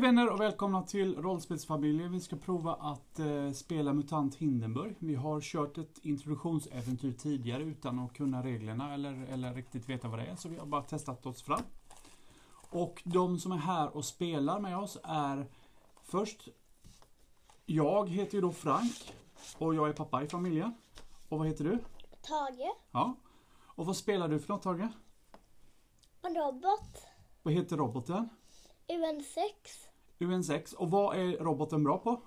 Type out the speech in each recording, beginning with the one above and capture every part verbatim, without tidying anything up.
vänner och välkomna till Rollspelsfamiljen. Vi ska prova att eh, spela MUTANT Hindenburg. Vi har kört ett introduktionsäventyr tidigare utan att kunna reglerna eller, eller riktigt veta vad det är. Så vi har bara testat oss fram. Och de som är här och spelar med oss är först, jag heter ju då Frank och jag är pappa i familjen. Och vad heter du? Tage. Ja. Och vad spelar du för något, Tage? En robot. Vad heter roboten? U N sex. U N sex. Och vad är roboten bra på?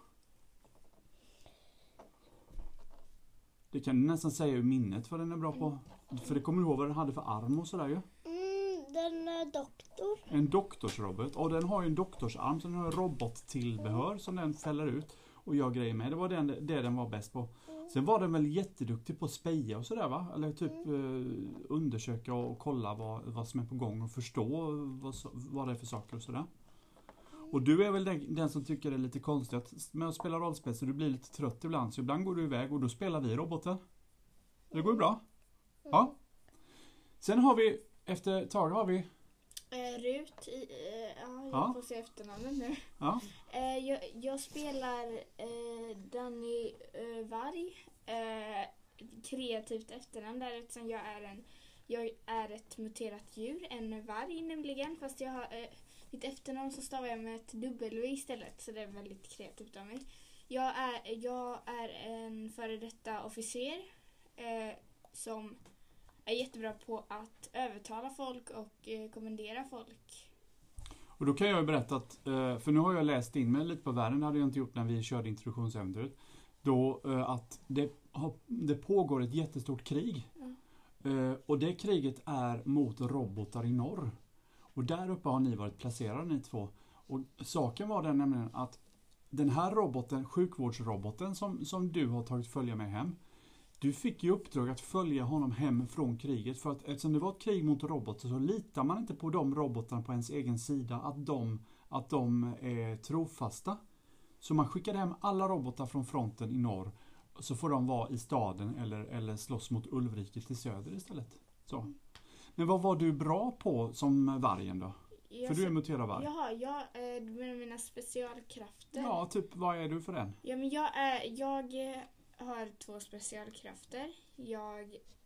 Det kan du nästan säga ur minnet vad den är bra på. För det kommer du ihåg vad den hade för arm och sådär ju. Mm, den är doktor. En doktorsrobot. Och den har ju en doktorsarm, så den har robottillbehör som den fäller ut och gör grejer med. Det var den, det den var bäst på. Sen var den väl jätteduktig på att speja och sådär, va? Eller typ eh, undersöka och kolla vad, vad som är på gång och förstå vad, vad det är för saker och sådär. Och du är väl den, den som tycker det är lite konstigt att med att spela rollspel så du blir lite trött ibland. Så ibland går du iväg och då spelar vi roboten. Det går ju bra. Ja. Sen har vi, efter ett tag har vi... Eh, Rut, i, eh, ja, jag Ja. får se efternamnet nu. Ja. Eh, jag, jag spelar eh, Danny eh, Varg. Eh, kreativt efternamn där eftersom jag är en jag är ett muterat djur, en varg nämligen, fast jag har eh, mitt efternamn så stavar jag med ett W istället, så det är väldigt kreativt av mig. Jag är, jag är en före detta officer eh, som är jättebra på att övertala folk och eh, kommendera folk. Och då kan jag ju berätta att, eh, för nu har jag läst in mig lite på världen, det hade jag inte gjort när vi körde introduktionsäventyret. Då eh, att det, har, det pågår ett jättestort krig. Mm. Eh, och det kriget är mot robotar i norr. Och där uppe har ni varit placerade, ni två. Och saken var den nämligen att den här roboten, sjukvårdsroboten som, som du har tagit följa med hem. Du fick ju uppdrag att följa honom hem från kriget. För att eftersom det var ett krig mot robotar så litar man inte på de robotarna på ens egen sida. Att de, att de är trofasta. Så man skickade hem alla robotar från fronten i norr. Så får de vara i staden eller, eller slåss mot Ulvriket i söder istället. Så. Men vad var du bra på som vargen då? Jag För du är muterad varg. Jaha, jag eh, med mina specialkrafter. Ja, typ vad är du för den? Ja, men jag är jag eh, har två specialkrafter. Jag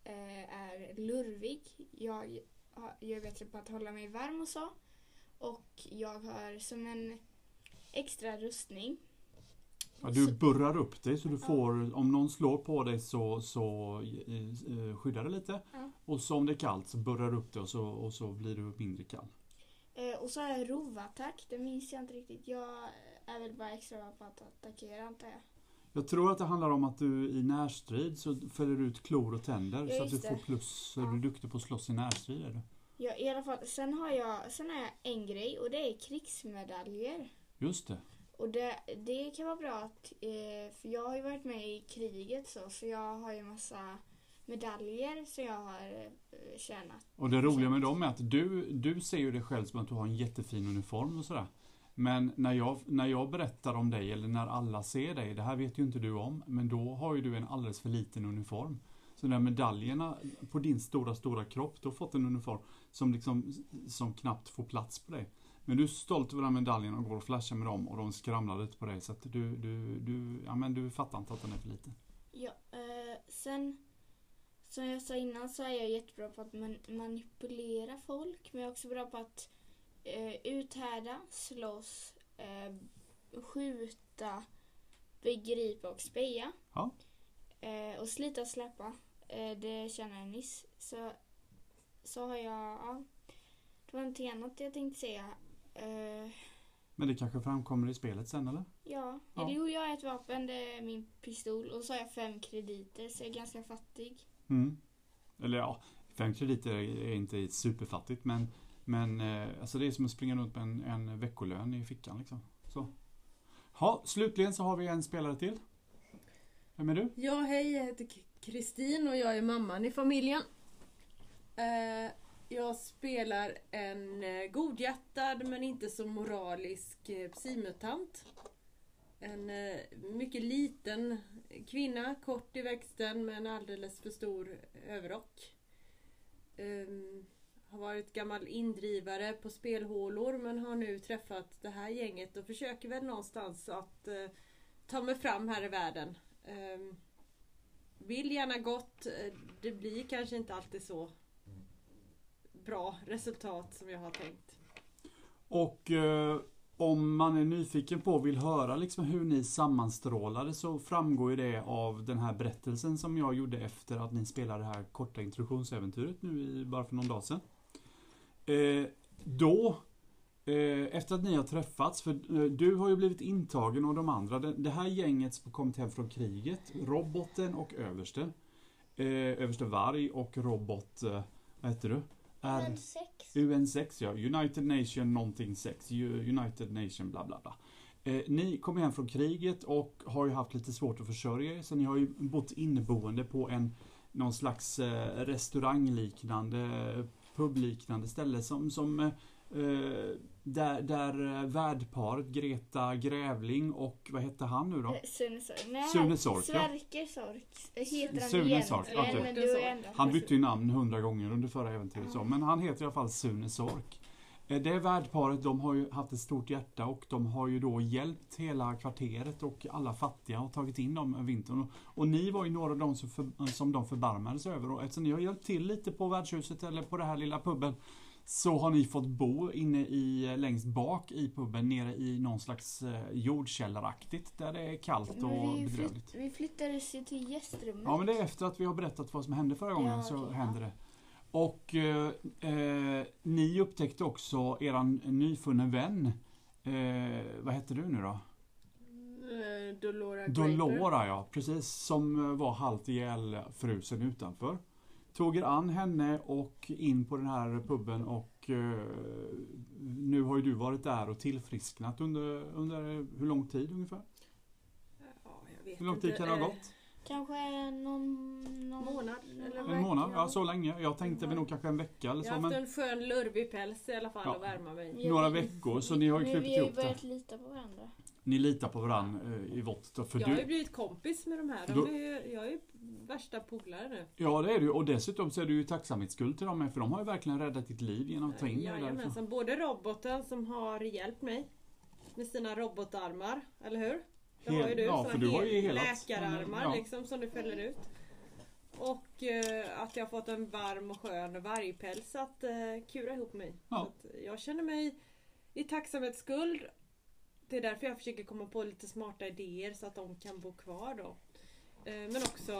eh, är lurvig. Jag, har, jag är bättre på att hålla mig varm och så. Och jag har som en extra rustning. Ja, du Så- burrar upp dig så du får, om någon slår på dig så, så eh, skyddar det lite. Ja. Och så om det är kallt så burrar du upp dig och så, och så blir du mindre kall. Eh, och så har jag rovattack. Det minns jag inte riktigt. Jag är väl bara extra bra på att attackera, antar jag. Jag tror att det handlar om att du i närstrid så fäller du ut klor och tänder Ja, så att du just får det. plus, så Ja. du är duktig på att slåss i närstrid. Är du? Ja, i alla fall. Sen har jag, sen har jag en grej och det är krigsmedaljer. Just det. Och det, det kan vara bra att, eh, för jag har ju varit med i kriget så, så jag har ju massa medaljer som jag har eh, tjänat. Och det roliga med dem är att du, du ser ju dig själv som att du har en jättefin uniform och sådär. Men när jag, när jag berättar om dig eller när alla ser dig, det här vet ju inte du om, men då har ju du en alldeles för liten uniform. Så de där medaljerna på din stora, stora kropp, du har fått en uniform som, liksom, som knappt får plats på dig. Men du är stolt över de medaljerna och går och flashar med dem och de skramlar lite på dig. Så att du, du, du, ja, men du fattar inte att den är för liten. Ja, eh, sen, som jag sa innan så är jag jättebra på att man, manipulera folk. Men jag är också bra på att eh, uthärda, slåss, eh, skjuta, begripa och speja. Ja. Eh, och slita och släppa. Eh, det känner jag nyss. Så, så har jag, ja. Det var inte annat jag tänkte säga. Eh, Men det kanske framkommer i spelet sen, eller? ja, Ja. eller jo, jag har ett vapen, det är min pistol. Och så har jag fem krediter, så jag är ganska fattig. Mm. Eller ja, fem krediter är inte superfattigt, men, men eh, alltså det är som att springa runt med en, en veckolön i fickan liksom. Så. Ja, slutligen så har vi en spelare till. Vem är du? Ja, hej, jag heter K- Kristin och jag är mamman i familjen. Eh, jag spelar en eh, godhjärtad men inte så moralisk eh, psimutant. En eh, mycket liten kvinna, kort i växten med en alldeles för stor överrock. Ehm, har varit gammal indrivare på spelhålor men har nu träffat det här gänget och försöker väl någonstans att eh, ta mig fram här i världen. Eh, vill gärna gott, eh, det blir kanske inte alltid så bra resultat som jag har tänkt. Och eh, om man är nyfiken på och vill höra liksom hur ni sammanstrålade så framgår ju det av den här berättelsen som jag gjorde efter att ni spelade det här korta introduktionsäventyret nu i, bara för någon dag sedan. Eh, då, eh, efter att ni har träffats, för eh, du har ju blivit intagen och de andra, det, det här gänget som kommit hem från kriget, roboten och överste, eh, överste Varg och robot, eh, vad heter du? U N sex. U N sex, ja. United Nation någonting sex. United Nation bla bla bla. Eh, ni kommer hem från kriget och har ju haft lite svårt att försörja er. Så ni har ju bott inneboende på en någon slags eh, restaurangliknande, publiknande ställe som, som eh, där, där värdparet Greta Grävling och vad hette han nu då? Sune Sork. Nej, Sune Sork, ja. Sverker Sork heter han Sune Sork, egentligen, okej. men du är ändå Han bytte ju namn hundra gånger under förra äventyret, så, men han heter i alla fall Sune Sork. Eh, Det värdparet, de har ju haft ett stort hjärta och de har ju då hjälpt hela kvarteret och alla fattiga och tagit in dem vintern. Och, och ni var ju några av dem som, för, som de förbarmades över, och eftersom ni har hjälpt till lite på värdshuset eller på det här lilla puben så har ni fått bo inne i, längst bak i puben nere i någon slags eh, jordkällaraktigt där det är kallt Men och vi, bedrövligt. flytt, vi flyttades ju till gästrummet. Ja, men det är efter att vi har berättat vad som hände förra gången Ja, så okej, händer ja. det. Och eh, eh, ni upptäckte också eran nyfunne vän. Eh, vad heter du nu då? Eh, Dolora Graper. Dolora, ja, precis, som var halvt ihjäl frusen utanför. Tog er an henne och in på den här puben och eh, nu har ju du varit där och tillfrisknat under, under hur lång tid ungefär? Ja, jag vet Hur lång inte. tid kan det ha Eh, gått? Kanske någon, någon Månad, eller En månad? Ja, så länge. Jag tänkte väl nog kanske en vecka eller Jag har så, haft men en skön lurvig päls i alla fall Ja. att värma mig. Ja, några vi- veckor, så ni har ju Men krupit vi har ju ihop det. börjat lita på varandra. Ni litar på varandra eh, i vått då, för Jag har ju du, blivit kompis med de här. De Då- är ju, jag är ju värsta polare nu. ja det är du, och dessutom så är du ju tacksamhetsskuld till dem, för de har ju verkligen räddat ditt liv genom att ta in dig därifrån. Jajamensan, både roboten som har hjälpt mig med sina robotarmar, eller hur? Det har ju du, Ja, så för du har ju hel- helat. läkararmar Ja. liksom som du fäller ut. Och eh, att jag har fått en varm och skön vargpäls att eh, kura ihop mig. Ja. Så att jag känner mig i tacksamhetsskuld. Det är därför jag försöker komma på lite smarta idéer så att de kan bo kvar då. Eh, men också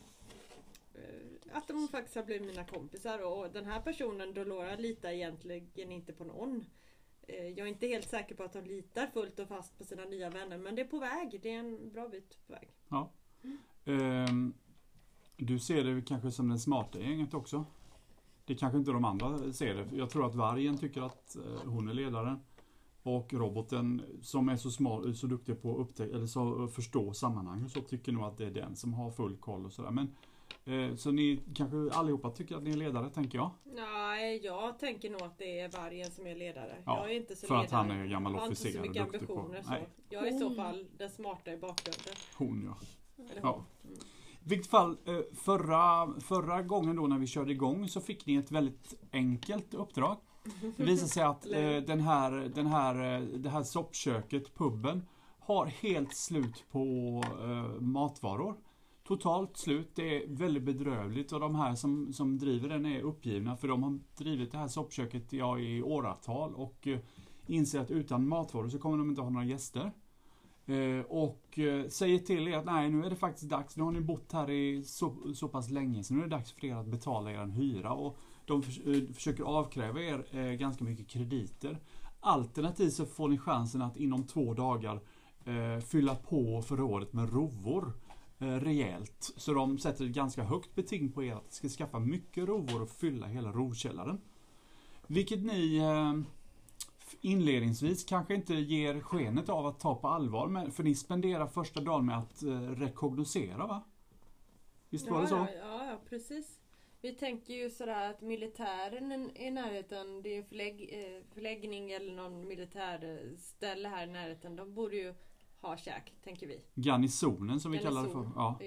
eh, att de faktiskt har blivit mina kompisar, och den här personen Dolora litar egentligen inte på någon. Eh, jag är inte helt säker på att de litar fullt och fast på sina nya vänner, men det är på väg. Det är en bra bit på väg. Ja. Ehm, du ser det kanske som den smarta gänget också. Det kanske inte de andra ser det. Jag tror att vargen tycker att eh, hon är ledaren. Och roboten som är så smart, så duktig på att upptäcka, eller så förstå sammanhang och så, tycker nog att det är den som har full koll och sådär. Men eh, så ni kanske allihopa tycker att ni är ledare, tänker jag. Nej, jag tänker nog att det är vargen som är ledare. Ja, jag är inte så för att ledare. han är gammal Jag har inte officer så och mycket duktig på- ambitioner. Så. Nej. Jag är i så Mm. fall den smarta i bakgrunden. Hon, ja. Eller Ja. hon. Mm. I vilket fall, eh, förra, förra gången då när vi körde igång så fick ni ett väldigt enkelt uppdrag. Det visar sig att eh, den här, den här, eh, det här soppköket, puben, har helt slut på eh, matvaror. Totalt slut. Det är väldigt bedrövligt, och de här som, som driver den är uppgivna, för de har drivit det här soppköket ja, i åratal och eh, inser att utan matvaror så kommer de inte ha några gäster. Eh, och eh, säger till er att nej, nu är det faktiskt dags. Nu har ni bott här i så, så pass länge, så nu är det dags för er att betala er hyra. Och de förs- eh, försöker avkräva er eh, ganska mycket krediter. Alternativt så får ni chansen att inom två dagar eh, fylla på förrådet med rovor eh, rejält. Så de sätter ett ganska högt beting på er att ni ska skaffa mycket rovor och fylla hela rovkällaren. Vilket ni eh, inledningsvis kanske inte ger skenet av att ta på allvar, men för ni spenderar första dagen med att eh, rekognosera, va? Visst var det så? Ja, ja, ja, precis. Vi tänker ju sådär att militären i närheten, det är en förlägg, eh, förläggning eller någon militärställe här i närheten, de borde ju ha käk, tänker vi. Garnisonen som vi kallar det för. Garnison. Ja. Ja.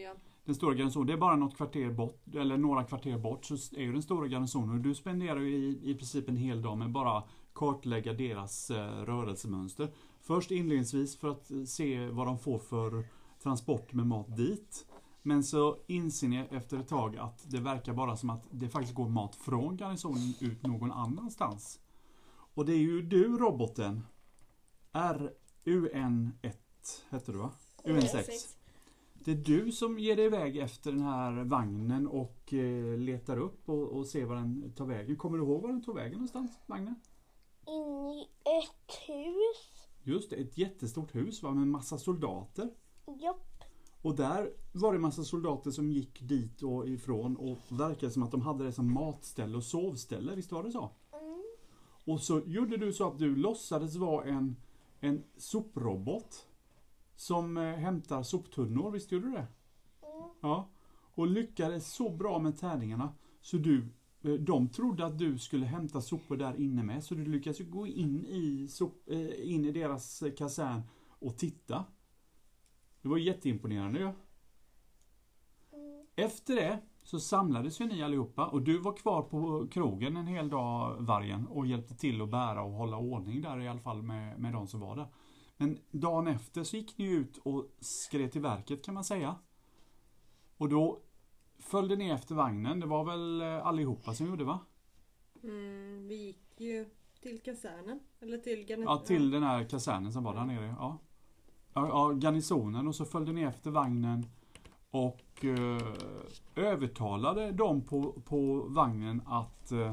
den stora garnisonen, det är bara något kvarter bort, eller några kvarter bort, så är ju den stora garnisonen. Och du spenderar ju i, i princip en hel dag med bara kartlägga deras eh, rörelsemönster. Först inledningsvis för att se vad de får för transport med mat dit. Men så inser ni efter ett tag att det verkar bara som att det faktiskt går mat från garnisonen ut någon annanstans. Och det är ju du, roboten, R U N ett heter du va? U N sex. Det är du som ger dig iväg efter den här vagnen och eh, letar upp och, och ser var den tar vägen. Kommer du ihåg var den tog vägen någonstans, vagnen? In i ett hus. Just det, ett jättestort hus va, med massa soldater. Jopp. Och där var det massa soldater som gick dit och ifrån och verkade som att de hade det som matställe och sovställe, visst var det så? Mm. Och så gjorde du så att du låtsades vara en, en soprobot som eh, hämtar soptunnor, visst gjorde du det? Mm. Ja. Och lyckades så bra med tärningarna så du, eh, de trodde att du skulle hämta sopor där inne med, så du lyckades gå in i, sop, eh, in i deras eh, kasern och titta. Det var jätteimponerande ju. Ja? Mm. Efter det så samlades ju ni allihopa och du var kvar på krogen en hel dag, vargen, och hjälpte till att bära och hålla ordning där i alla fall med, med de som var där. Men dagen efter så gick ni ut och skrev till verket kan man säga. Och då följde ni efter vagnen, det var väl allihopa som gjorde va? Mm, vi gick ju till kasernen. Eller till garnisonen. Ja, till den här kasernen som var där nere, ja. Ja, ja, garnisonen, och så följde ni efter vagnen och eh, övertalade dem på, på vagnen att eh,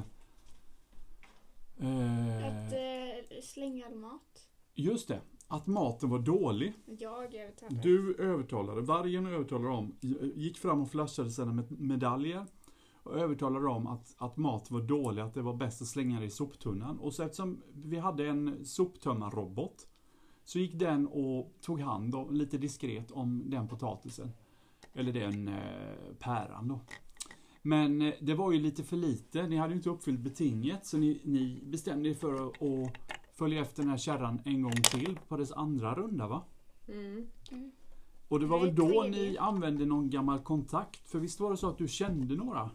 Att eh, slänga all mat. just det, att maten var dålig. Jag övertalade. Du övertalade, vargen övertalade dem, gick fram och flashade sina med medaljer och övertalade dem att, att mat var dålig, att det var bäst att slänga det i soptunnan. Och så eftersom vi hade en soptömmarrobot så gick den och tog hand om, lite diskret om den potatisen. Eller den eh, päran då. Men eh, det var ju lite för lite. Ni hade ju inte uppfyllt betinget. Så ni, ni bestämde er för att, att följa efter den här kärran en gång till på dess andra runda va? Mm. Mm. Och det var Nej, väl då tredje. ni använde någon gammal kontakt. För visst var det så att du kände några?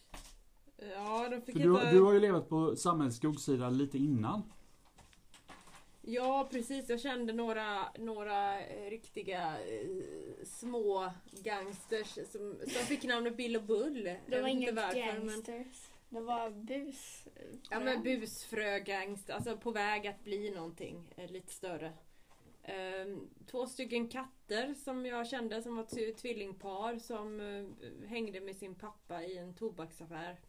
Ja, de fick För du, inte... du har ju levat på samhällets skuggsida lite innan. Ja, precis. Jag kände några, några eh, riktiga eh, små gangsters som, som fick namnet Bill och Bull. Det Jag var vet inte inga varför, men- gangsters. Det var bus. Ja, men busfrögangster. Alltså på väg att bli någonting eh, lite större. Ehm, två stycken katter som jag kände som var ett tvillingpar som eh, hängde med sin pappa i en tobaksaffär.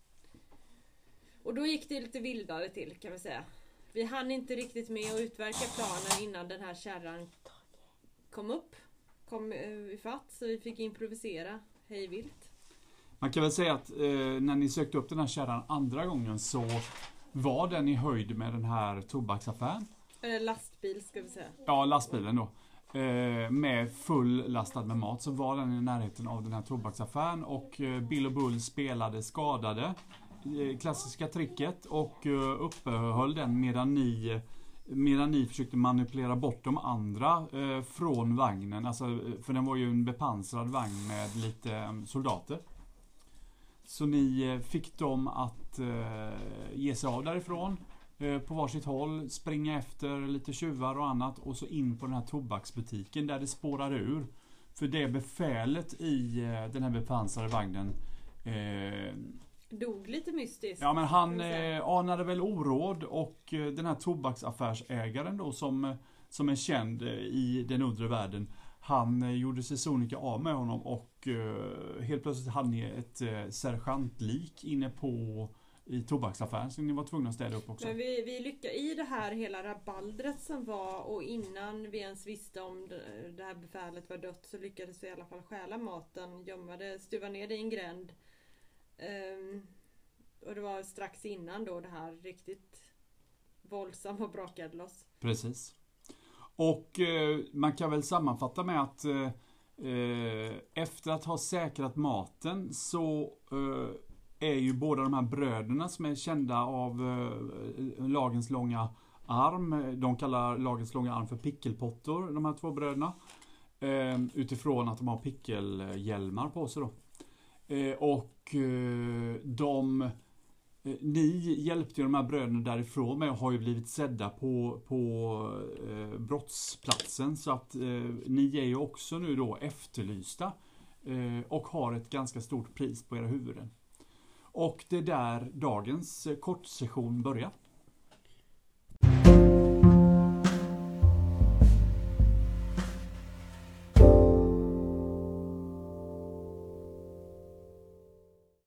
Och då gick det lite vildare till kan vi säga. Vi hann inte riktigt med att utverka planen innan den här kärran kom upp. Kom uh, ifatt så vi fick improvisera hej vilt. Man kan väl säga att eh, när ni sökte upp den här kärran andra gången så var den i höjd med den här tobaksaffären. Eller lastbil ska vi säga. Ja, lastbilen då. Eh, med full lastad med mat så var den i närheten av den här tobaksaffären och eh, Bill och Bull spelade skadade. Eh, klassiska tricket och eh, uppehöll den medan ni, medan ni försökte manipulera bort de andra eh, från vagnen. Alltså, eh, för den var ju en bepansrad vagn med lite eh, soldater. Så ni eh, fick dem att eh, ge sig av därifrån eh, på varsitt håll, springa efter lite tjuvar och annat och så in på den här tobaksbutiken där det spårar ur. För det befälet i eh, den här bepansrade vagnen eh, Dog lite mystiskt. ja men han kan vi säga. eh, anade väl oråd och eh, den här tobaksaffärsägaren då som, eh, som är känd eh, i den undre världen, han eh, gjorde sig sonika av med honom och eh, helt plötsligt hade ni ett eh, sergeantlik inne på i tobaksaffären så ni var tvungna att städa upp också. Men vi, vi lyckades i det här hela rabaldret som var och innan vi ens visste om det, det här befälet var dött så lyckades vi i alla fall stjäla maten, gömma det, stuva ner det i en gränd. Ehm, och det var strax innan då det här riktigt våldsamma brakade loss. Precis. Och eh, man kan väl sammanfatta med att eh, eh, efter att ha säkrat maten så eh, är ju båda de här bröderna som är kända av eh, lagens långa arm. De kallar lagens långa arm för pickelpottor, de här två bröderna. Eh, utifrån att de har pickelhjälmar på sig då. Eh, och eh, de eh, ni hjälpte ju de här bröderna därifrån, men har ju blivit sedda på, på eh, brottsplatsen, så att eh, ni är ju också nu då efterlysta eh, och har ett ganska stort pris på era huvuden. Och det är där dagens eh, kortsession börjar.